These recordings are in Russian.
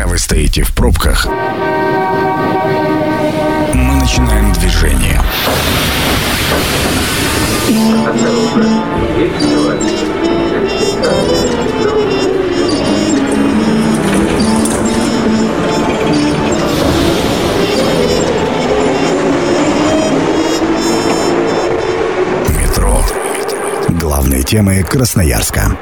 Пока вы стоите в пробках, мы начинаем движение. Метро. Главные темы Красноярска.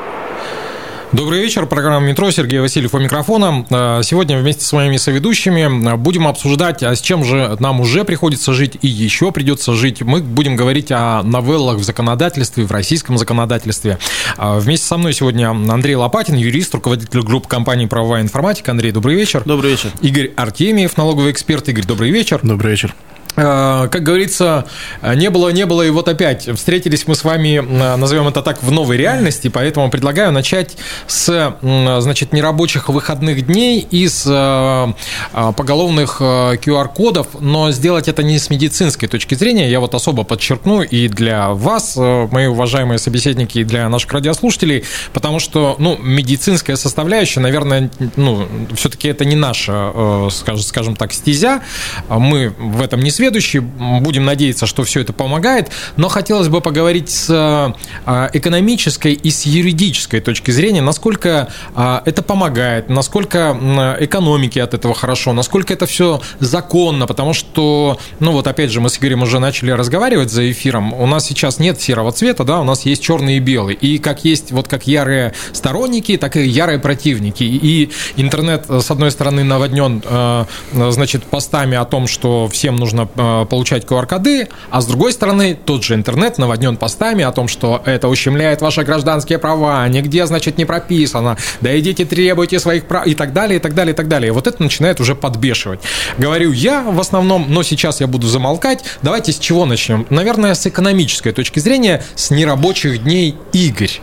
Добрый вечер. Программа «Метро». Сергей Васильев у микрофона. Сегодня вместе с моими соведущими будем обсуждать, с чем же нам уже приходится жить и еще придется жить. Мы будем говорить о новеллах в законодательстве, в российском законодательстве. Вместе со мной сегодня Андрей Лопатин, юрист, руководитель группы компании «Правовая информатика». Андрей, добрый вечер. Добрый вечер. Игорь Артемьев, налоговый эксперт. Игорь, добрый вечер. Добрый вечер. Как говорится, не было, и вот опять встретились мы с вами, назовем это так, в новой реальности, поэтому предлагаю начать с, значит, нерабочих выходных дней и с поголовных QR-кодов, но сделать это не с медицинской точки зрения, я вот особо подчеркну и для вас, мои уважаемые собеседники, и для наших радиослушателей, потому что, медицинская составляющая, наверное, все-таки это не наша, скажем так, стезя, мы в этом не сведущие, будем надеяться, что все это помогает, но хотелось бы поговорить с экономической и с юридической точки зрения, насколько это помогает, насколько экономике от этого хорошо, насколько это все законно, потому что, опять же, мы с Игорем уже начали разговаривать за эфиром, у нас сейчас нет серого цвета, да, у нас есть черный и белый, и как есть, как ярые сторонники, так и ярые противники, и интернет, с одной стороны, наводнен, значит, постами о том, что всем нужно получать QR-коды, а с другой стороны, тот же интернет наводнен постами о том, что это ущемляет ваши гражданские права, нигде, значит, не прописано, да идите требуйте своих прав и так далее, и так далее, и так далее. Вот это начинает уже подбешивать. Говорю я в основном, но сейчас я буду замолкать. Давайте с чего начнем? Наверное, с экономической точки зрения, с нерабочих дней. Игорь.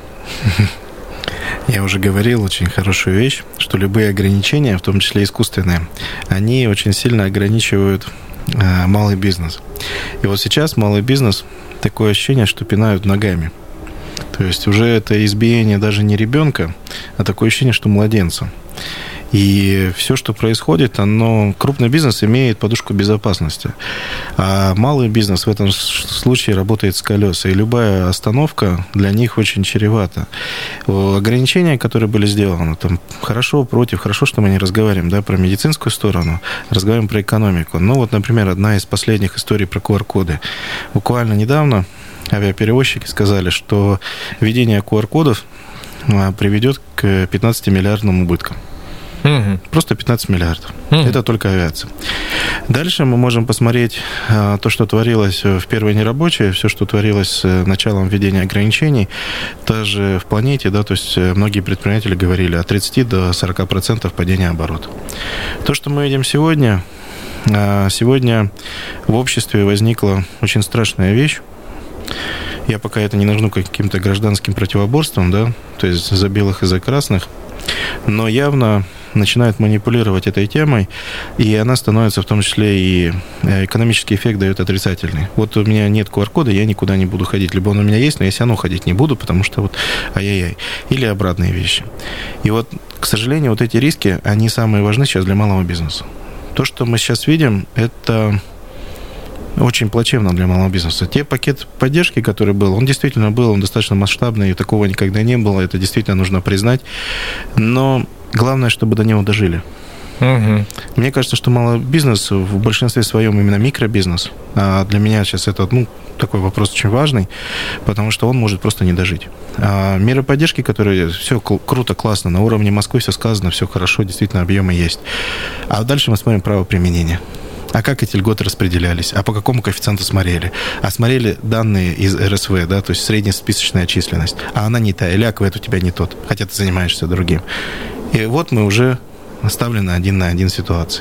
Я уже говорил очень хорошую вещь, что любые ограничения, в том числе искусственные, они очень сильно ограничивают малый бизнес. И вот сейчас малый бизнес, такое ощущение, что пинают ногами. То есть уже это избиение даже не ребенка, а такое ощущение, что младенца. И все, что происходит, крупный бизнес имеет подушку безопасности, а малый бизнес в этом случае работает с колеса, и любая остановка для них очень чревата. Ограничения, которые были сделаны, хорошо, против, хорошо, что мы не разговариваем, да, про медицинскую сторону, разговариваем про экономику. Например, одна из последних историй про QR-коды. Буквально недавно авиаперевозчики сказали, что введение QR-кодов приведет к 15-миллиардным убыткам. Просто 15 миллиардов. Это только авиация. Дальше мы можем посмотреть то, что творилось в первые нерабочие, все, что творилось с началом введения ограничений. Даже в планете, да, то есть многие предприниматели говорили от 30 до 40% падения оборота. То, что мы видим сегодня в обществе возникла очень страшная вещь. Я пока это не назову каким-то гражданским противоборством, да, то есть за белых и за красных, но явно начинают манипулировать этой темой, и она становится, в том числе и экономический эффект дает отрицательный. Вот у меня нет QR-кода, я никуда не буду ходить. Либо он у меня есть, но я все равно ходить не буду, потому что ай-яй-яй. Или обратные вещи. И к сожалению, эти риски, они самые важны сейчас для малого бизнеса. То, что мы сейчас видим, это очень плачевно для малого бизнеса. Пакет поддержки, который был, он действительно был, он достаточно масштабный, и такого никогда не было, это действительно нужно признать. Но главное, чтобы до него дожили. Мне кажется, что малый бизнес в большинстве своем именно микробизнес. А для меня сейчас это такой вопрос очень важный, потому что он может просто не дожить. Меры поддержки, которые все круто, классно, на уровне Москвы все сказано, все хорошо, действительно объемы есть. А дальше мы смотрим право применения. А как эти льготы распределялись? А по какому коэффициенту смотрели? А смотрели данные из РСВ, да, то есть среднесписочная численность. А она не та, или АКВЭД у тебя не тот, хотя ты занимаешься другим. И вот мы уже оставлены один на один ситуации.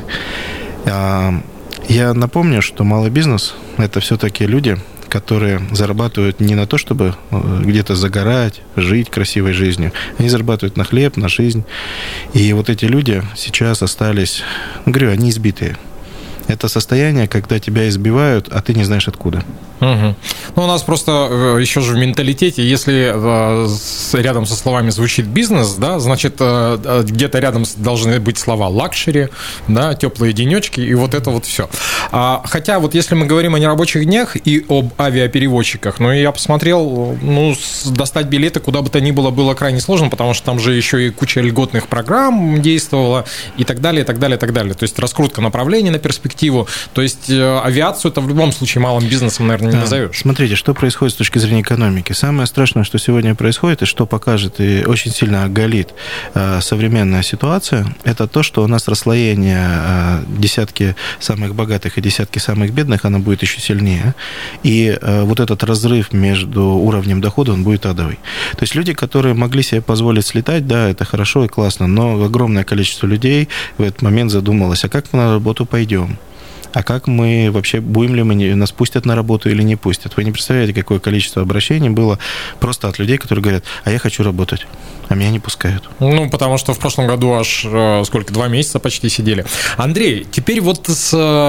Я напомню, что малый бизнес – это все-таки люди, которые зарабатывают не на то, чтобы где-то загорать, жить красивой жизнью. Они зарабатывают на хлеб, на жизнь. И эти люди сейчас остались, они избитые. Это состояние, когда тебя избивают, а ты не знаешь откуда. Угу. Ну, у нас просто еще же в менталитете, если рядом со словами звучит бизнес, да, значит, где-то рядом должны быть слова лакшери, да, теплые денечки и вот это вот все. Хотя вот если мы говорим о нерабочих днях и об авиаперевозчиках, ну, я посмотрел, ну, достать билеты куда бы то ни было крайне сложно, потому что там же еще и куча льготных программ действовала и так далее, и так далее, и так далее. То есть раскрутка направлений на перспективу. То есть авиацию это в любом случае малым бизнесом, наверное, не назовешь. Смотрите, что происходит с точки зрения экономики. Самое страшное, что сегодня происходит, и что покажет и очень сильно оголит современная ситуация, это то, что у нас расслоение десятки самых богатых и десятки самых бедных, оно будет еще сильнее. И вот этот разрыв между уровнем дохода, он будет адовый. То есть люди, которые могли себе позволить слетать, да, это хорошо и классно, но огромное количество людей в этот момент задумалось, а как мы на работу пойдем? А как мы вообще, будем ли мы, нас пустят на работу или не пустят? Вы не представляете, какое количество обращений было просто от людей, которые говорят, а я хочу работать, а меня не пускают. Ну, потому что в прошлом году аж 2 месяца почти сидели. Андрей, теперь вот с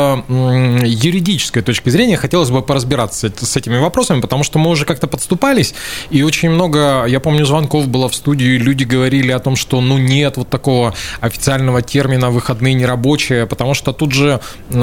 юридической точки зрения хотелось бы поразбираться с этими вопросами, потому что мы уже как-то подступались, и очень много, я помню, звонков было в студию, и люди говорили о том, что ну нет вот такого официального термина «выходные нерабочие», потому что тут же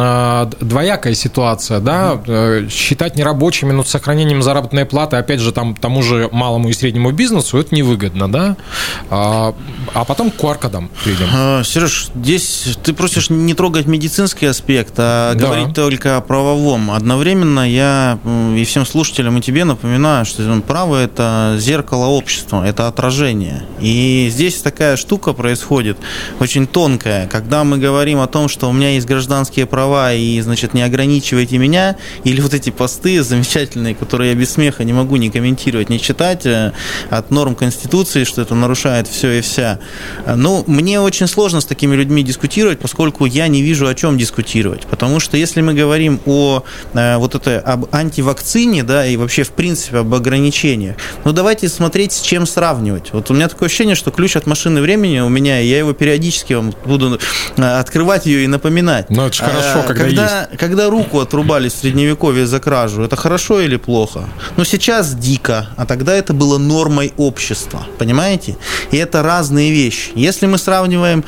двоякая ситуация, да, считать нерабочими, но с сохранением заработной платы, опять же, тому же малому и среднему бизнесу, это невыгодно, да, а потом к QR-кодам перейдем. Сереж, здесь ты просишь не трогать медицинский аспект, а говорить только о правовом. Одновременно я и всем слушателям, и тебе напоминаю, что право – это зеркало общества, это отражение. И здесь такая штука происходит, очень тонкая, когда мы говорим о том, что у меня есть гражданские права, и, значит, не ограничивайте меня, или вот эти посты замечательные, которые я без смеха не могу ни комментировать, ни читать, от норм Конституции, что это нарушает все и вся. Ну, мне очень сложно с такими людьми дискутировать, поскольку я не вижу, о чем дискутировать. Потому что если мы говорим об антивакцине, да, и вообще, в принципе, об ограничениях, ну, давайте смотреть, с чем сравнивать. Вот у меня такое ощущение, что ключ от машины времени у меня, и я его периодически вам буду открывать ее и напоминать. Ну, это же хорошо, когда руку отрубали в Средневековье за кражу, это хорошо или плохо? Ну, сейчас дико, а тогда это было нормой общества, понимаете? И это разные вещи. Если мы сравниваем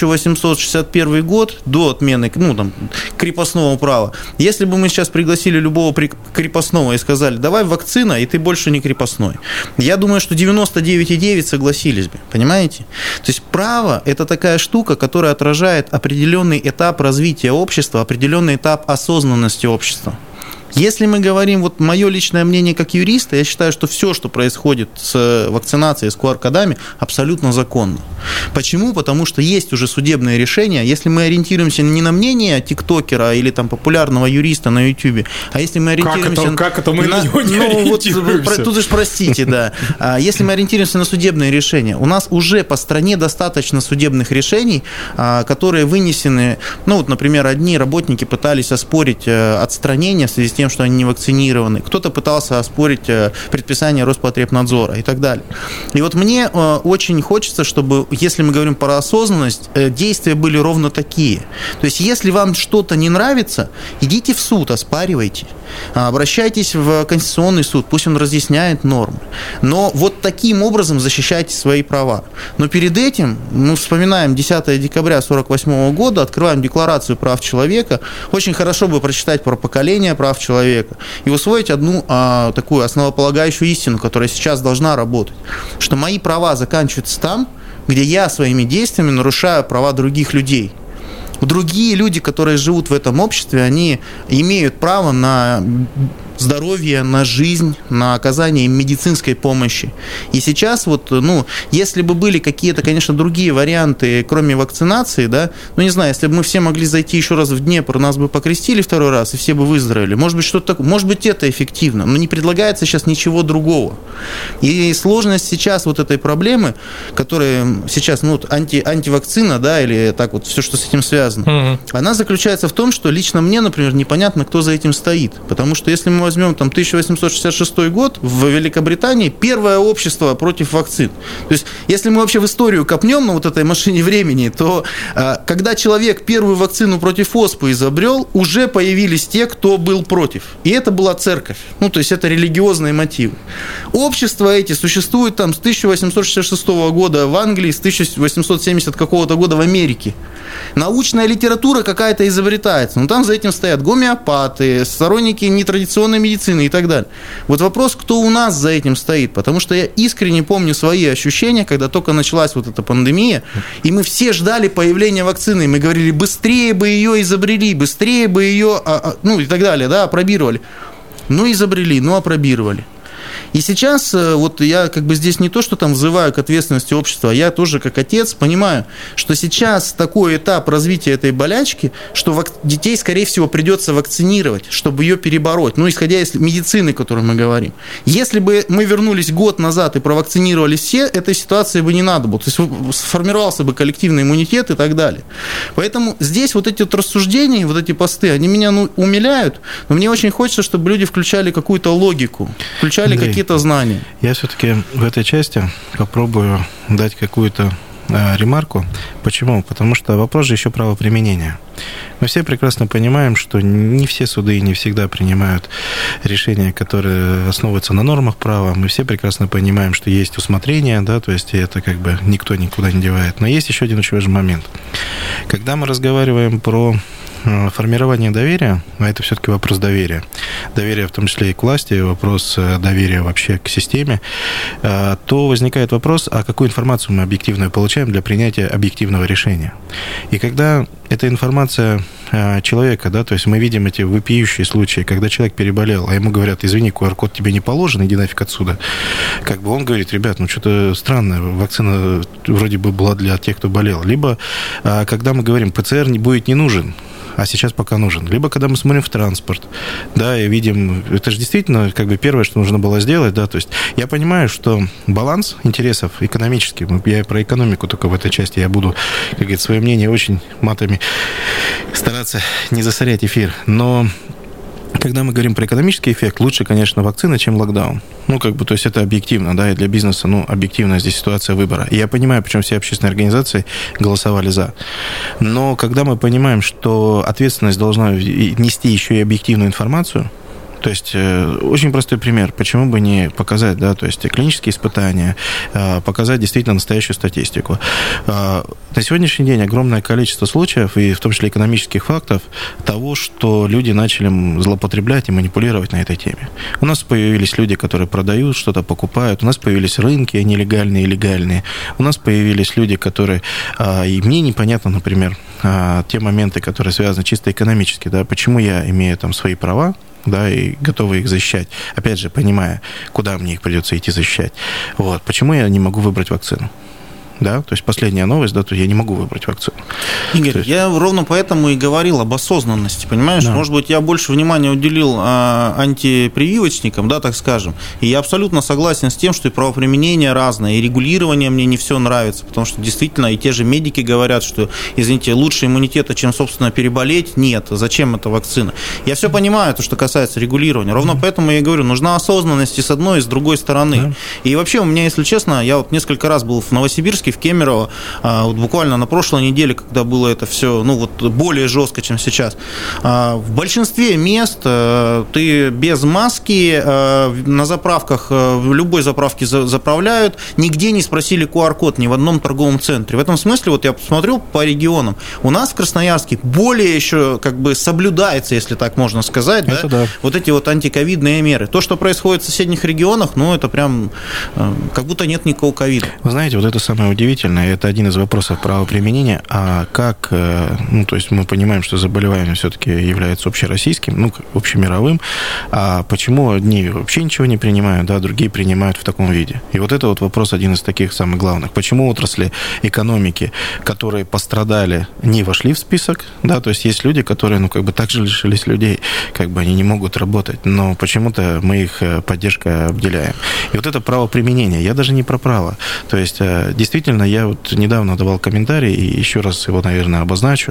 1861 год до отмены, крепостного права, если бы мы сейчас пригласили любого крепостного и сказали, давай вакцина, и ты больше не крепостной, я думаю, что 99,9 согласились бы, понимаете? То есть право – это такая штука, которая отражает определенный этап развития общества, определенный этап осознанности общества. Если мы говорим, вот мое личное мнение как юриста, я считаю, что все, что происходит с вакцинацией, с QR-кодами, абсолютно законно. Почему? Потому что есть уже судебные решения. Если мы ориентируемся не на мнение тиктокера или там популярного юриста на YouTube, а если мы ориентируемся... Как это мы на него не ориентируемся? Тут уж простите, да. Если мы ориентируемся на судебные решения, у нас уже по стране достаточно судебных решений, которые вынесены... Ну, вот, например, одни работники пытались оспорить отстранение в связи с тем, что они не вакцинированы. Кто-то пытался оспорить предписание Роспотребнадзора и так далее. И вот мне очень хочется, чтобы, если мы говорим про осознанность, действия были ровно такие. То есть, если вам что-то не нравится, идите в суд, оспаривайте. Обращайтесь в Конституционный суд, пусть он разъясняет нормы. Но вот таким образом защищайте свои права. Но перед этим, мы вспоминаем 10 декабря 1948 года, открываем Декларацию прав человека. Очень хорошо бы прочитать про поколение прав человека и усвоить одну такую основополагающую истину, которая сейчас должна работать, что мои права заканчиваются там, где я своими действиями нарушаю права других людей. Другие люди, которые живут в этом обществе, они имеют право на здоровье, на жизнь, на оказание им медицинской помощи. И сейчас вот, если бы были какие-то, конечно, другие варианты, кроме вакцинации, да, не знаю, если бы мы все могли зайти еще раз в Днепр, нас бы покрестили второй раз, и все бы выздоровели. Может быть, что-то такое, может быть, это эффективно, но не предлагается сейчас ничего другого. И сложность сейчас вот этой проблемы, которая сейчас, антивакцина, да, или так вот, все, что с этим связано, она заключается в том, что лично мне, например, непонятно, кто за этим стоит. Потому что если мы возьмем там 1866 год, в Великобритании первое общество против вакцин. То есть, если мы вообще в историю копнем на вот этой машине времени, то когда человек первую вакцину против оспы изобрел, уже появились те, кто был против. И это была церковь. Ну, то есть, это религиозные мотивы. Общества эти существуют там с 1866 года в Англии, с 1870 какого-то года в Америке. Научная литература какая-то изобретается, но там за этим стоят гомеопаты, сторонники нетрадиционной медицины и так далее. Вот вопрос, кто у нас за этим стоит, потому что я искренне помню свои ощущения, когда только началась вот эта пандемия, и мы все ждали появления вакцины, и мы говорили, быстрее бы ее изобрели, быстрее бы ее, ну и так далее, да, апробировали. Ну, изобрели, ну, апробировали. И сейчас вот я как бы здесь не то, что там взываю к ответственности общества, а я тоже как отец понимаю, что сейчас такой этап развития этой болячки, что детей, скорее всего, придется вакцинировать, чтобы ее перебороть, ну, исходя из медицины, о которой мы говорим. Если бы мы вернулись год назад и провакцинировали все, этой ситуации бы не надо было, то есть сформировался бы коллективный иммунитет и так далее. Поэтому здесь вот эти вот рассуждения, вот эти посты, они меня умиляют, но мне очень хочется, чтобы люди включали какую-то логику, включали какие-то знания. Я все-таки в этой части попробую дать какую-то ремарку. Почему? Потому что вопрос же еще правоприменения. Мы все прекрасно понимаем, что не все суды не всегда принимают решения, которые основываются на нормах права. Мы все прекрасно понимаем, что есть усмотрение, да, то есть это как бы никто никуда не девает. Но есть еще один очень важный момент. Когда мы разговариваем про формирование доверия, а это все-таки вопрос доверия. Доверие в том числе и к власти, вопрос доверия вообще к системе, то возникает вопрос, а какую информацию мы объективную получаем для принятия объективного решения. И когда эта информация человека, да, то есть мы видим эти вопиющие случаи, когда человек переболел, а ему говорят, извини, QR-код тебе не положен, иди нафиг отсюда. Как бы он говорит, ребят, ну что-то странное, вакцина вроде бы была для тех, кто болел. Либо, когда мы говорим, ПЦР будет не нужен, а сейчас пока нужен. Либо когда мы смотрим в транспорт, да, и видим, это же действительно как бы первое, что нужно было сделать, да, то есть я понимаю, что баланс интересов экономический, я про экономику только в этой части, я буду, как говорится, свое мнение очень матами стараться не засорять эфир, но когда мы говорим про экономический эффект, лучше, конечно, вакцина, чем локдаун. Ну, как бы, то есть это объективно, да, и для бизнеса, ну, объективно здесь ситуация выбора. И я понимаю, почему все общественные организации голосовали за. Но когда мы понимаем, что ответственность должна нести еще и объективную информацию, то есть очень простой пример. Почему бы не показать, да, то есть клинические испытания, показать действительно настоящую статистику. На сегодняшний день огромное количество случаев, и в том числе экономических фактов, того, что люди начали злоупотреблять и манипулировать на этой теме. У нас появились люди, которые продают, что-то покупают. У нас появились рынки нелегальные и легальные. У нас появились люди, которые... И мне непонятно, например, те моменты, которые связаны чисто экономически, да, почему я имею там свои права, да, и готовы их защищать. Опять же, понимая, куда мне их придется идти защищать. Вот. Почему я не могу выбрать вакцину? Да, то есть последняя новость, да, то я не могу выбрать вакцину. Игорь, я ровно поэтому и говорил об осознанности, понимаешь? Да. Может быть, я больше внимания уделил антипрививочникам, да, так скажем, и я абсолютно согласен с тем, что и правоприменение разное, и регулирование мне не все нравится, потому что действительно и те же медики говорят, что, извините, лучше иммунитета, чем, собственно, переболеть, нет, зачем эта вакцина? Я все понимаю, то, что касается регулирования, ровно поэтому я и говорю, нужна осознанность и с одной, и с другой стороны. Да. И вообще у меня, если честно, я вот несколько раз был в Новосибирске, в Кемерово, вот буквально на прошлой неделе, когда было это все, ну вот более жестко, чем сейчас. В большинстве мест ты без маски на заправках, в любой заправке заправляют, нигде не спросили QR-код ни в одном торговом центре. В этом смысле, вот я посмотрел по регионам, у нас в Красноярске более еще как бы соблюдается, если так можно сказать, да, вот эти вот антиковидные меры. То, что происходит в соседних регионах, ну это прям как будто нет никакого ковида. Вы знаете, вот это самое удивительно, это один из вопросов правоприменения, а как, ну, то есть мы понимаем, что заболевание все-таки является общероссийским, ну, общемировым, а почему одни вообще ничего не принимают, да, другие принимают в таком виде? И вот это вот вопрос один из таких самых главных. Почему отрасли экономики, которые пострадали, не вошли в список, да, то есть есть люди, которые, ну, как бы также лишились людей, как бы они не могут работать, но почему-то мы их поддержкой обделяем. И вот это правоприменение, я даже не про право, то есть действительно действительно, я вот недавно давал комментарий, и еще раз его, наверное, обозначу,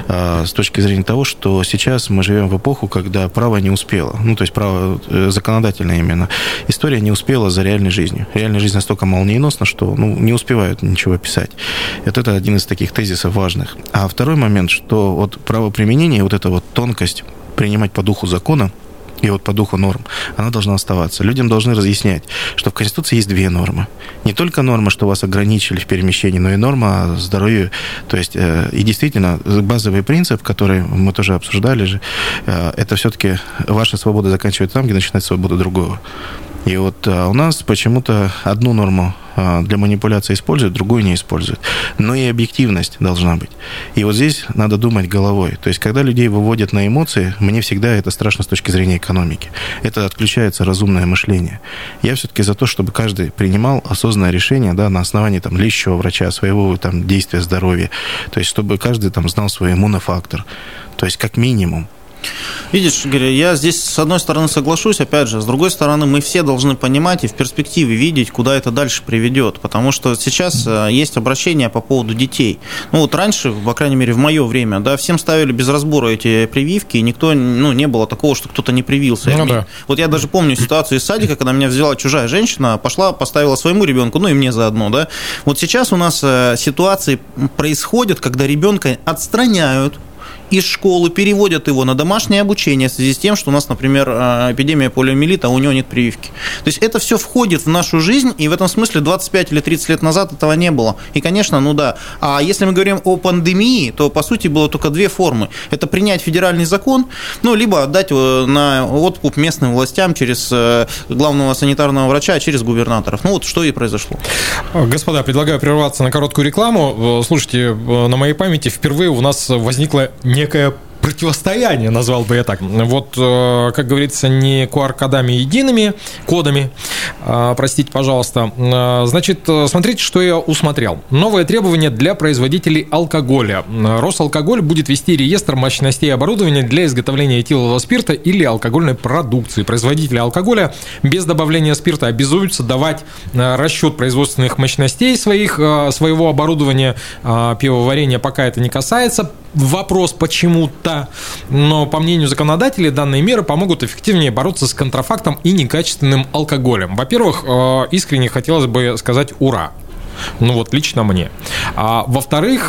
с точки зрения того, что сейчас мы живем в эпоху, когда право не успело, ну, то есть право законодательное именно, история не успела за реальной жизнью. Реальная жизнь настолько молниеносна, что, ну, не успевают ничего писать. Вот это один из таких тезисов важных. А второй момент, что вот правоприменение, вот эта вот тонкость принимать по духу закона и вот по духу норм, она должна оставаться. Людям должны разъяснять, что в Конституции есть две нормы. Не только норма, что вас ограничили в перемещении, но и норма здоровья. То есть, и действительно, базовый принцип, который мы тоже обсуждали же, это все-таки ваша свобода заканчивается там, где начинается свобода другого. И вот у нас почему-то одну норму для манипуляции используют, другую не используют. Но и объективность должна быть. И вот здесь надо думать головой. То есть, когда людей выводят на эмоции, мне всегда это страшно с точки зрения экономики. Это отключается разумное мышление. Я все-таки за то, чтобы каждый принимал осознанное решение, да, на основании там, лечащего врача, своего там, действия здоровья. То есть, чтобы каждый там, знал свой иммунофактор. То есть, как минимум. Видишь, Игорь, я здесь с одной стороны соглашусь, опять же, с другой стороны мы все должны понимать и в перспективе видеть, куда это дальше приведет, потому что сейчас есть обращения по поводу детей. Ну вот раньше, по крайней мере в мое время, да, всем ставили без разбора эти прививки, и никто, ну, не было такого, что кто-то не привился. Ну, да. Вот я даже помню ситуацию из садика, когда меня взяла чужая женщина, пошла, поставила своему ребенку, ну и мне заодно, да. Вот сейчас у нас ситуации происходят, когда ребенка отстраняют из школы, переводят его на домашнее обучение в связи с тем, что у нас, например, эпидемия полиомиелита, а у него нет прививки. То есть это все входит в нашу жизнь, и в этом смысле 25 или 30 лет назад этого не было. И, конечно, ну да. А если мы говорим о пандемии, то, по сути, было только две формы. Это принять федеральный закон, ну, либо отдать на откуп местным властям через главного санитарного врача, через губернаторов. Ну, вот что и произошло. Господа, предлагаю прерваться на короткую рекламу. Слушайте, на моей памяти впервые у нас возникла некое противостояние, назвал бы я так. Вот, как говорится, не QR-кодами едиными, кодами, простите, пожалуйста. Значит, смотрите, что я усмотрел. Новое требование для производителей алкоголя. Росалкоголь будет вести реестр мощностей оборудования для изготовления этилового спирта или алкогольной продукции. Производители алкоголя без добавления спирта обязуются давать расчет производственных мощностей своего оборудования. Пивоварения пока это не касается. Вопрос почему-то, но по мнению законодателей данные меры помогут эффективнее бороться с контрафактом и некачественным алкоголем. Во-первых, искренне хотелось бы сказать «ура». Ну вот лично мне. А во-вторых,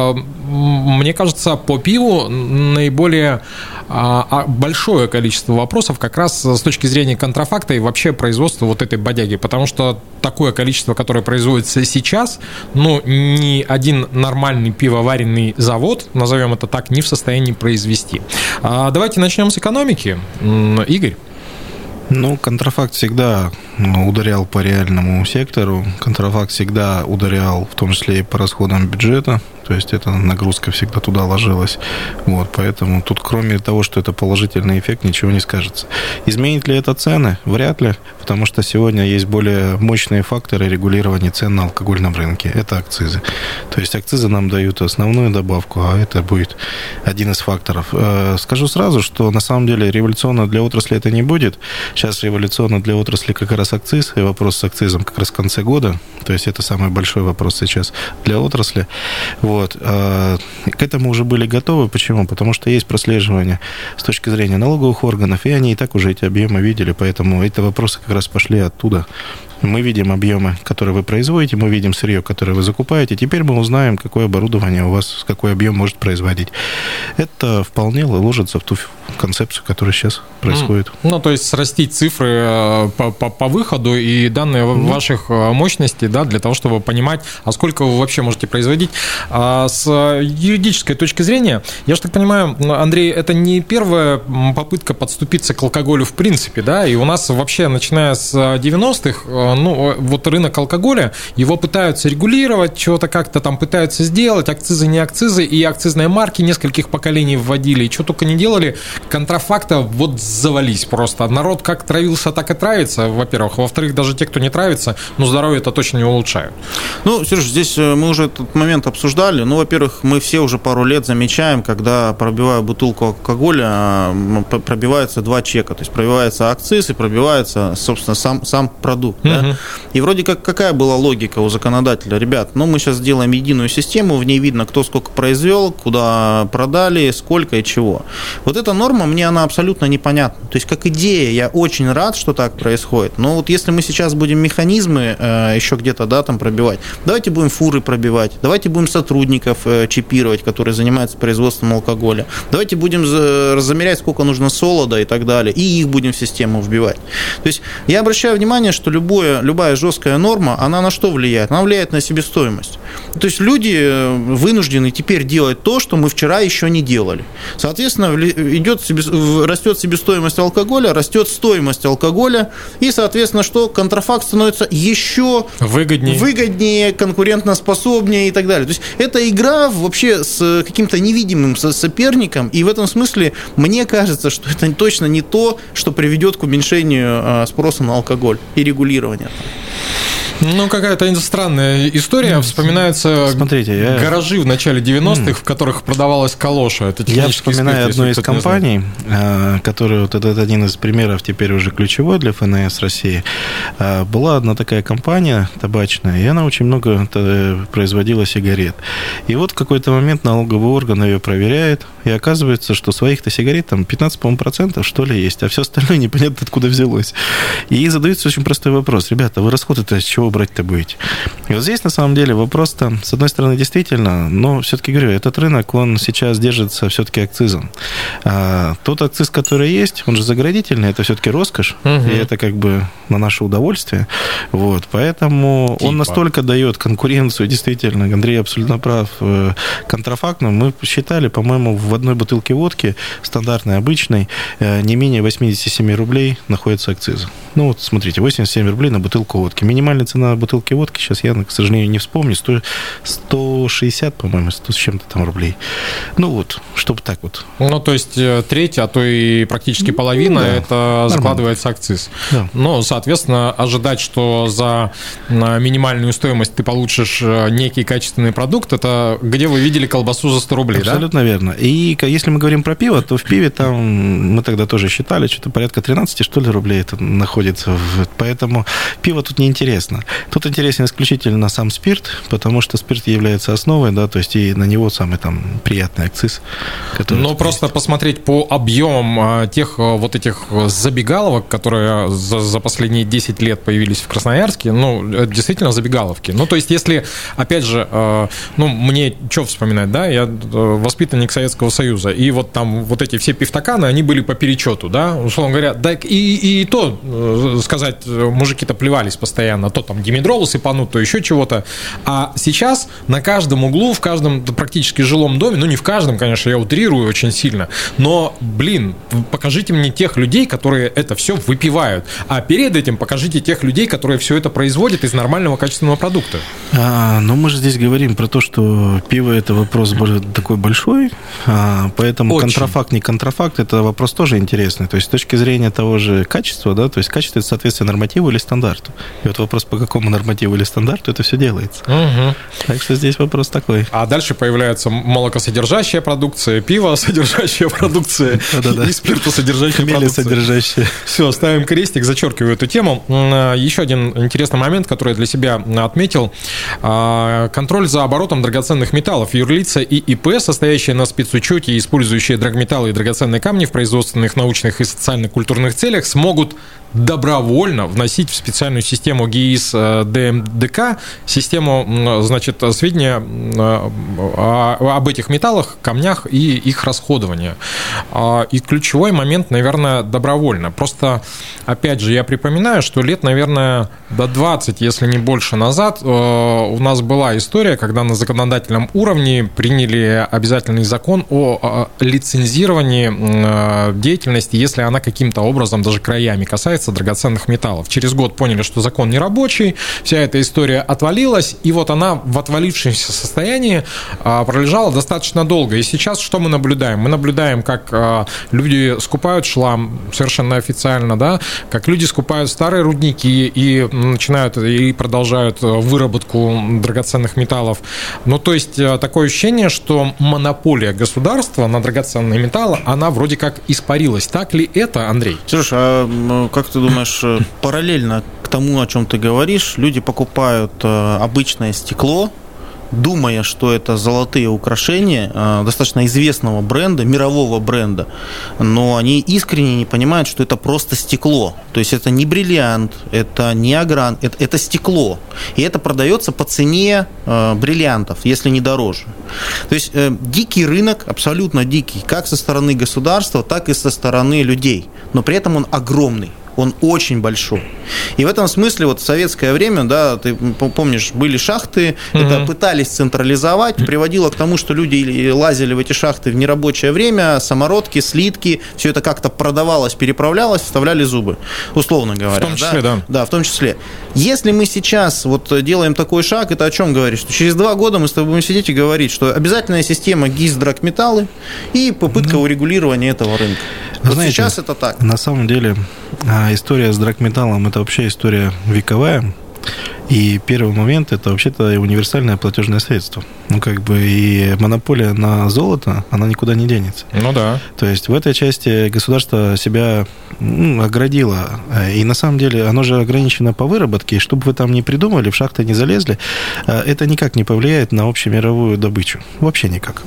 мне кажется, по пиву наиболее большое количество вопросов как раз с точки зрения контрафакта и вообще производства вот этой бодяги, потому что такое количество, которое производится сейчас, ну, ни один нормальный пивоваренный завод, назовем это так, не в состоянии произвести. Давайте начнем с экономики. Игорь? Ну, контрафакт всегда ударял по реальному сектору, контрафакт всегда ударял, в том числе и по расходам бюджета, то есть эта нагрузка всегда туда ложилась. Вот, поэтому тут, кроме того, что это положительный эффект, ничего не скажется. Изменит ли это цены? Вряд ли, потому что сегодня есть более мощные факторы регулирования цен на алкогольном рынке. Это акцизы. То есть акцизы нам дают основную добавку, а это будет один из факторов. Скажу сразу, что на самом деле революционно для отрасли это не будет. Сейчас революционно для отрасли как раз акциз, и вопрос с акцизом как раз в конце года. То есть это самый большой вопрос сейчас для отрасли. Вот. К этому уже были готовы. Почему? Потому что есть прослеживание с точки зрения налоговых органов, и они и так уже эти объемы видели, поэтому эти вопросы как раз пошли оттуда. Мы видим объемы, которые вы производите, мы видим сырье, которое вы закупаете. Теперь мы узнаем, какое оборудование у вас, какой объем может производить. Это вполне ложится в ту концепцию, которая сейчас происходит. Ну, то есть срастить цифры по выходу и данные ваших мощностей, да, для того, чтобы понимать, а сколько вы вообще можете производить. С юридической точки зрения, я же так понимаю, Андрей, это не первая попытка подступиться к алкоголю в принципе, да, и у нас вообще, начиная с 90-х, ну, вот рынок алкоголя, его пытаются регулировать, чего-то как-то там пытаются сделать, акцизы, не акцизы, и акцизные марки нескольких поколений поколений вводили, и что только не делали, контрафакта вот завались просто. Народ как травился, так и травится, во-первых. Во-вторых, даже те, кто не травится, ну, здоровье это точно не улучшают. Ну, Сереж, здесь мы уже этот момент обсуждали. Ну, во-первых, мы все уже пару лет замечаем, когда пробивая бутылку алкоголя, пробиваются два чека. То есть пробивается акциз и пробивается, собственно, сам продукт. Да? И вроде как какая была логика у законодателя? Ребят, ну, мы сейчас сделаем единую систему, в ней видно, кто сколько произвел, куда продали, сколько и чего. Вот эта норма, мне она абсолютно непонятна. То есть, как идея, я очень рад, что так происходит. Но вот если мы сейчас будем механизмы еще где-то, да, там пробивать, давайте будем фуры пробивать, давайте будем сотрудников чипировать, которые занимаются производством алкоголя, давайте будем замерять, сколько нужно солода и так далее, и их будем в систему вбивать. То есть, я обращаю внимание, что любая жесткая норма, она на что влияет? Она влияет на себестоимость. То есть, люди вынуждены теперь делать то, что мы вчера еще не делали. Соответственно, растет себестоимость алкоголя, растет стоимость алкоголя, и, соответственно, что контрафакт становится еще выгоднее, конкурентоспособнее и так далее. То есть это игра вообще с каким-то невидимым соперником, и в этом смысле мне кажется, что это точно не то, что приведет к уменьшению спроса на алкоголь и регулирования. Ну, какая-то странная история. Вспоминаются гаражи в начале 90-х, в которых продавалась калоша. Это я вспоминаю одну из компаний, которая, вот это один из примеров теперь уже ключевой для ФНС России. Была одна такая компания табачная, и она очень много производила сигарет. И вот в какой-то момент налоговый орган ее проверяет, и оказывается, что своих-то сигарет там 15%, что ли, есть, а все остальное непонятно откуда взялось. И задается очень простой вопрос. Ребята, вы расходы-то с чего брать-то будете? И вот здесь, на самом деле, вопрос-то, с одной стороны, действительно, но все-таки, говорю, этот рынок, он сейчас держится все-таки акцизом. Тот акциз, который есть, он же заградительный, это все-таки роскошь, и это как бы на наше удовольствие. Вот, поэтому он настолько дает конкуренцию, действительно, Андрей абсолютно прав, контрафактным. Мы считали, по-моему, в одной бутылке водки, стандартной, обычной, не менее 87 рублей находится акциз. Ну вот, смотрите, 87 рублей на бутылку водки. Минимальная цена бутылки водки, сейчас я, к сожалению, не вспомню, 160, по-моему, 100 с чем-то там рублей. Ну вот, чтобы так вот. Ну, то есть треть, а то и практически половина, да, это нормально. Закладывается акциз. Да. Ну, соответственно, ожидать, что за минимальную стоимость ты получишь некий качественный продукт, это где вы видели колбасу за 100 рублей, абсолютно да? Верно. И если мы говорим про пиво, то в пиве там мы тогда тоже считали, что-то порядка 13, что ли, рублей это находится. Поэтому пиво тут неинтересно. Тут интересен исключительно сам спирт, потому что спирт является основой, да, то есть и на него самый там приятный акциз. Но просто есть. Посмотреть по объемам тех вот этих забегаловок, которые за последние 10 лет появились в Красноярске, ну, это действительно забегаловки. Ну, то есть, если, опять же, ну, мне что вспоминать, да, я воспитанник Советского Союза, и вот там вот эти все пивтаканы, они были по перечету, да, условно говоря, да, и то, сказать, мужики-то плевались постоянно, то там димедрол сыпанут, то еще чего-то, а сейчас на каждом углу, в каждом практически жилом доме, ну, не в каждом, конечно, я утрирую очень сильно, но, блин, покажите мне тех людей, которые это все выпивают, а перед этим покажите тех людей, которые все это производят из нормального качественного продукта. Но мы же здесь говорим про то, что пиво – это вопрос такой большой, поэтому очень. Контрафакт, не контрафакт – это вопрос тоже интересный. То есть с точки зрения того же качества, да, то есть качество – это соответствие нормативу или стандарту. И вот вопрос, по какому нормативу или стандарту это все делается. Угу. Так что здесь вопрос такой. А дальше появляется молокосодержащая продукция, пиво-содержащая продукция и спиртосодержащая продукция. Все, ставим крестик, зачеркиваю эту тему. Еще один интересный момент, который я для себя отметил. Контроль за оборотом драгоценных металлов. Юрлица и ИП, состоящие на спецучете и использующие драгметаллы и драгоценные камни в производственных, научных и социально-культурных целях, смогут добровольно вносить в специальную систему ГИИС ДМДК систему, значит, сведения об этих металлах, камнях и их расходовании. И ключевой момент, наверное, добровольно. Просто, опять же, я припоминаю, что лет, наверное, до 20, если не больше назад, у нас была история, когда на законодательном уровне приняли обязательный закон о лицензировании деятельности, если она каким-то образом, даже краями касается драгоценных металлов. Через год поняли, что закон не рабочий, случай, вся эта история отвалилась, и вот она в отвалившемся состоянии пролежала достаточно долго. И сейчас что мы наблюдаем? Мы наблюдаем, как люди скупают шлам совершенно официально, да, как люди скупают старые рудники и начинают и продолжают выработку драгоценных металлов. Ну, то есть такое ощущение, что монополия государства на драгоценные металлы, она вроде как испарилась. Так ли это, Андрей? Сереж, а как ты думаешь, параллельно к тому, о чем ты говоришь, люди покупают обычное стекло, думая, что это золотые украшения достаточно известного бренда, мирового бренда, но они искренне не понимают, что это просто стекло. То есть это не бриллиант, это не агран, это стекло. И это продается по цене бриллиантов, если не дороже. То есть дикий рынок, абсолютно дикий, как со стороны государства, так и со стороны людей. Но при этом он огромный. Он очень большой. И в этом смысле вот в советское время, да, ты помнишь, были шахты, это пытались централизовать, приводило к тому, что люди лазили в эти шахты в нерабочее время, самородки, слитки, все это как-то продавалось, переправлялось, вставляли зубы, условно говоря. В том числе, да. Да, в том числе. Если мы сейчас вот делаем такой шаг, это о чем говорит? Что через 2 года мы с тобой будем сидеть и говорить, что обязательная система ГИС, драгметаллы и попытка урегулирования этого рынка. Вот знаете, сейчас это так. На самом деле история с драгметаллом – это вообще история вековая. И первый момент – это вообще-то универсальное платежное средство. Ну, как бы и монополия на золото, она никуда не денется. Ну, да. То есть в этой части государство себя оградило. И на самом деле оно же ограничено по выработке. И что бы вы там ни придумали, в шахты не залезли, это никак не повлияет на общемировую добычу. Вообще никак.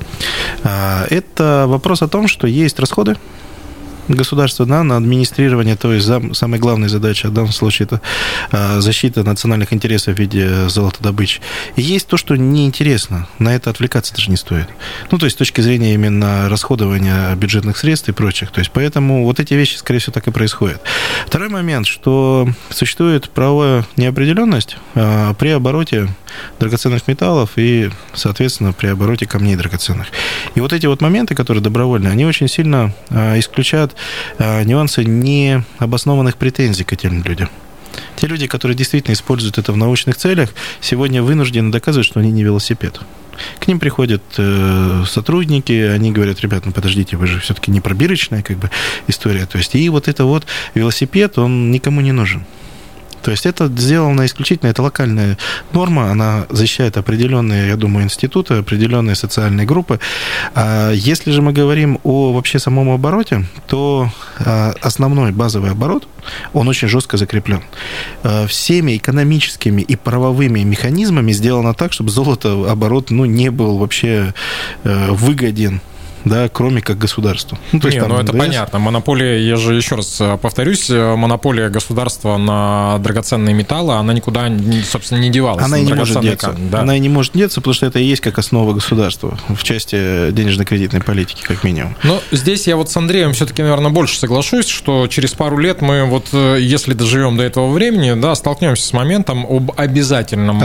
Это вопрос о том, что есть расходы государства, да, на администрирование, то есть самая главная задача в данном случае это защита национальных интересов в виде золотодобычи. И есть то, что неинтересно, на это отвлекаться даже не стоит. Ну, то есть с точки зрения именно расходования бюджетных средств и прочих. То есть поэтому вот эти вещи, скорее всего, так и происходят. Второй момент, что существует правовая неопределенность при обороте драгоценных металлов и, соответственно, при обороте камней драгоценных. И вот эти вот моменты, которые добровольные, они очень сильно исключают нюансы необоснованных претензий к этим людям. Те люди, которые действительно используют это в научных целях, сегодня вынуждены доказывать, что они не велосипед. К ним приходят сотрудники, они говорят: ребят, ну подождите, вы же все-таки не пробирочная как бы история. То есть, и вот это вот велосипед, он никому не нужен. То есть это сделано исключительно, это локальная норма, она защищает определенные, я думаю, институты, определенные социальные группы. Если же мы говорим о вообще самом обороте, то основной базовый оборот, он очень жестко закреплен. Всеми экономическими и правовыми механизмами сделано так, чтобы золотооборот не был вообще выгоден, да, кроме как государству. Ну, то есть, там, это понятно. Монополия, я же еще раз повторюсь, монополия государства на драгоценные металлы, она никуда, собственно, не девалась. Она и не может деться. Да. Она и не может деться, потому что это и есть как основа государства в части денежно-кредитной политики, как минимум. Но здесь я вот с Андреем все-таки, наверное, больше соглашусь, что через пару лет мы вот, если доживем до этого времени, да, столкнемся с моментом об обязательном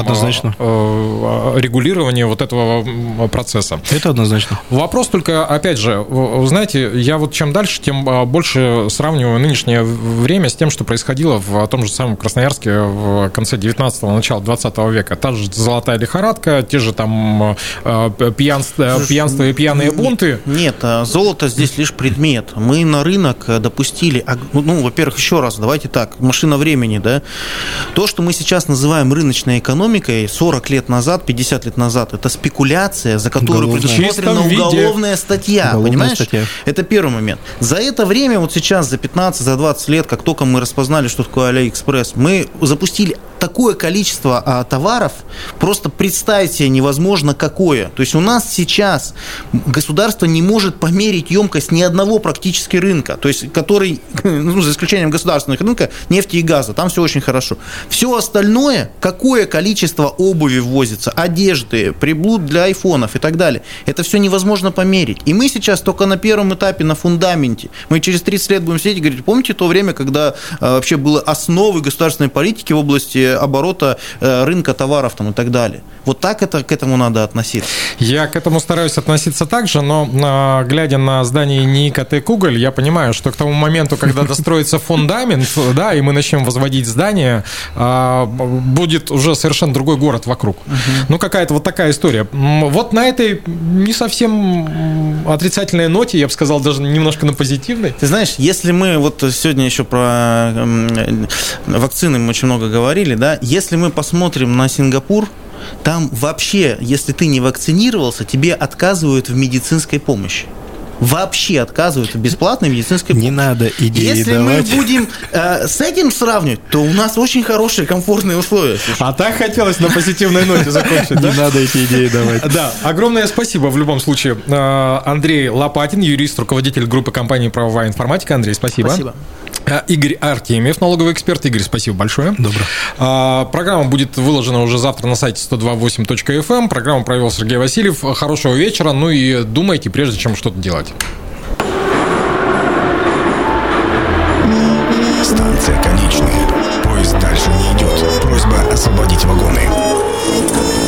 регулировании вот этого процесса. Это однозначно. Вопрос только, опять же, вы знаете, я вот чем дальше, тем больше сравниваю нынешнее время с тем, что происходило в том же самом Красноярске в конце 19-го, начало 20 века. Та же золотая лихорадка, те же там пьянство и пьяные бунты. Нет, золото здесь лишь предмет. Мы на рынок допустили, во-первых, еще раз, давайте так, машина времени, да. То, что мы сейчас называем рыночной экономикой, 40 лет назад, 50 лет назад, это спекуляция, за которую предусмотрена уголовная статья, понимаешь? Статья. Это первый момент. За это время, вот сейчас, за 15, за 20 лет, как только мы распознали, что такое Алиэкспресс, мы запустили такое количество товаров, просто представить себе невозможно какое. То есть у нас сейчас государство не может померить емкость ни одного практически рынка, то есть который, за исключением государственных рынков, нефти и газа, там все очень хорошо. Все остальное, какое количество обуви ввозится, одежды, приблуд для айфонов и так далее, это все невозможно померить. И мы сейчас только на первом этапе, на фундаменте. Мы через 30 лет будем сидеть и говорить: помните то время, когда вообще были основы государственной политики в области оборота рынка товаров там, и так далее. Вот так к этому надо относиться. Я к этому стараюсь относиться так же, но глядя на здание НИИ КТ-Куголь, я понимаю, что к тому моменту, когда достроится фундамент, да, и мы начнем возводить здание, будет уже совершенно другой город вокруг. Ну, какая-то вот такая история. Вот на этой не совсем отрицательной ноте, я бы сказал, даже немножко на позитивной. Ты знаешь, если мы вот сегодня еще про вакцины мы очень много говорили, да, если мы посмотрим на Сингапур, там вообще, если ты не вакцинировался, тебе отказывают в медицинской помощи. Вообще отказывают в бесплатной медицинской помощи. Не надо идеи Если давать. мы будем с этим сравнивать, то у нас очень хорошие, комфортные условия. А так хотелось на позитивной ноте закончить, да? Не надо эти идеи давать. Да, огромное спасибо в любом случае. Андрей Лопатин, юрист, руководитель группы компании «Правовая информатика». Андрей, спасибо. Спасибо. Игорь Артемьев, налоговый эксперт. Игорь, спасибо большое. Добро. Программа будет выложена уже завтра на сайте 128.fm. Программу провел Сергей Васильев. Хорошего вечера. Ну и думайте, прежде чем что-то делать. Станция конечная. Поезд дальше не идет. Просьба освободить вагоны.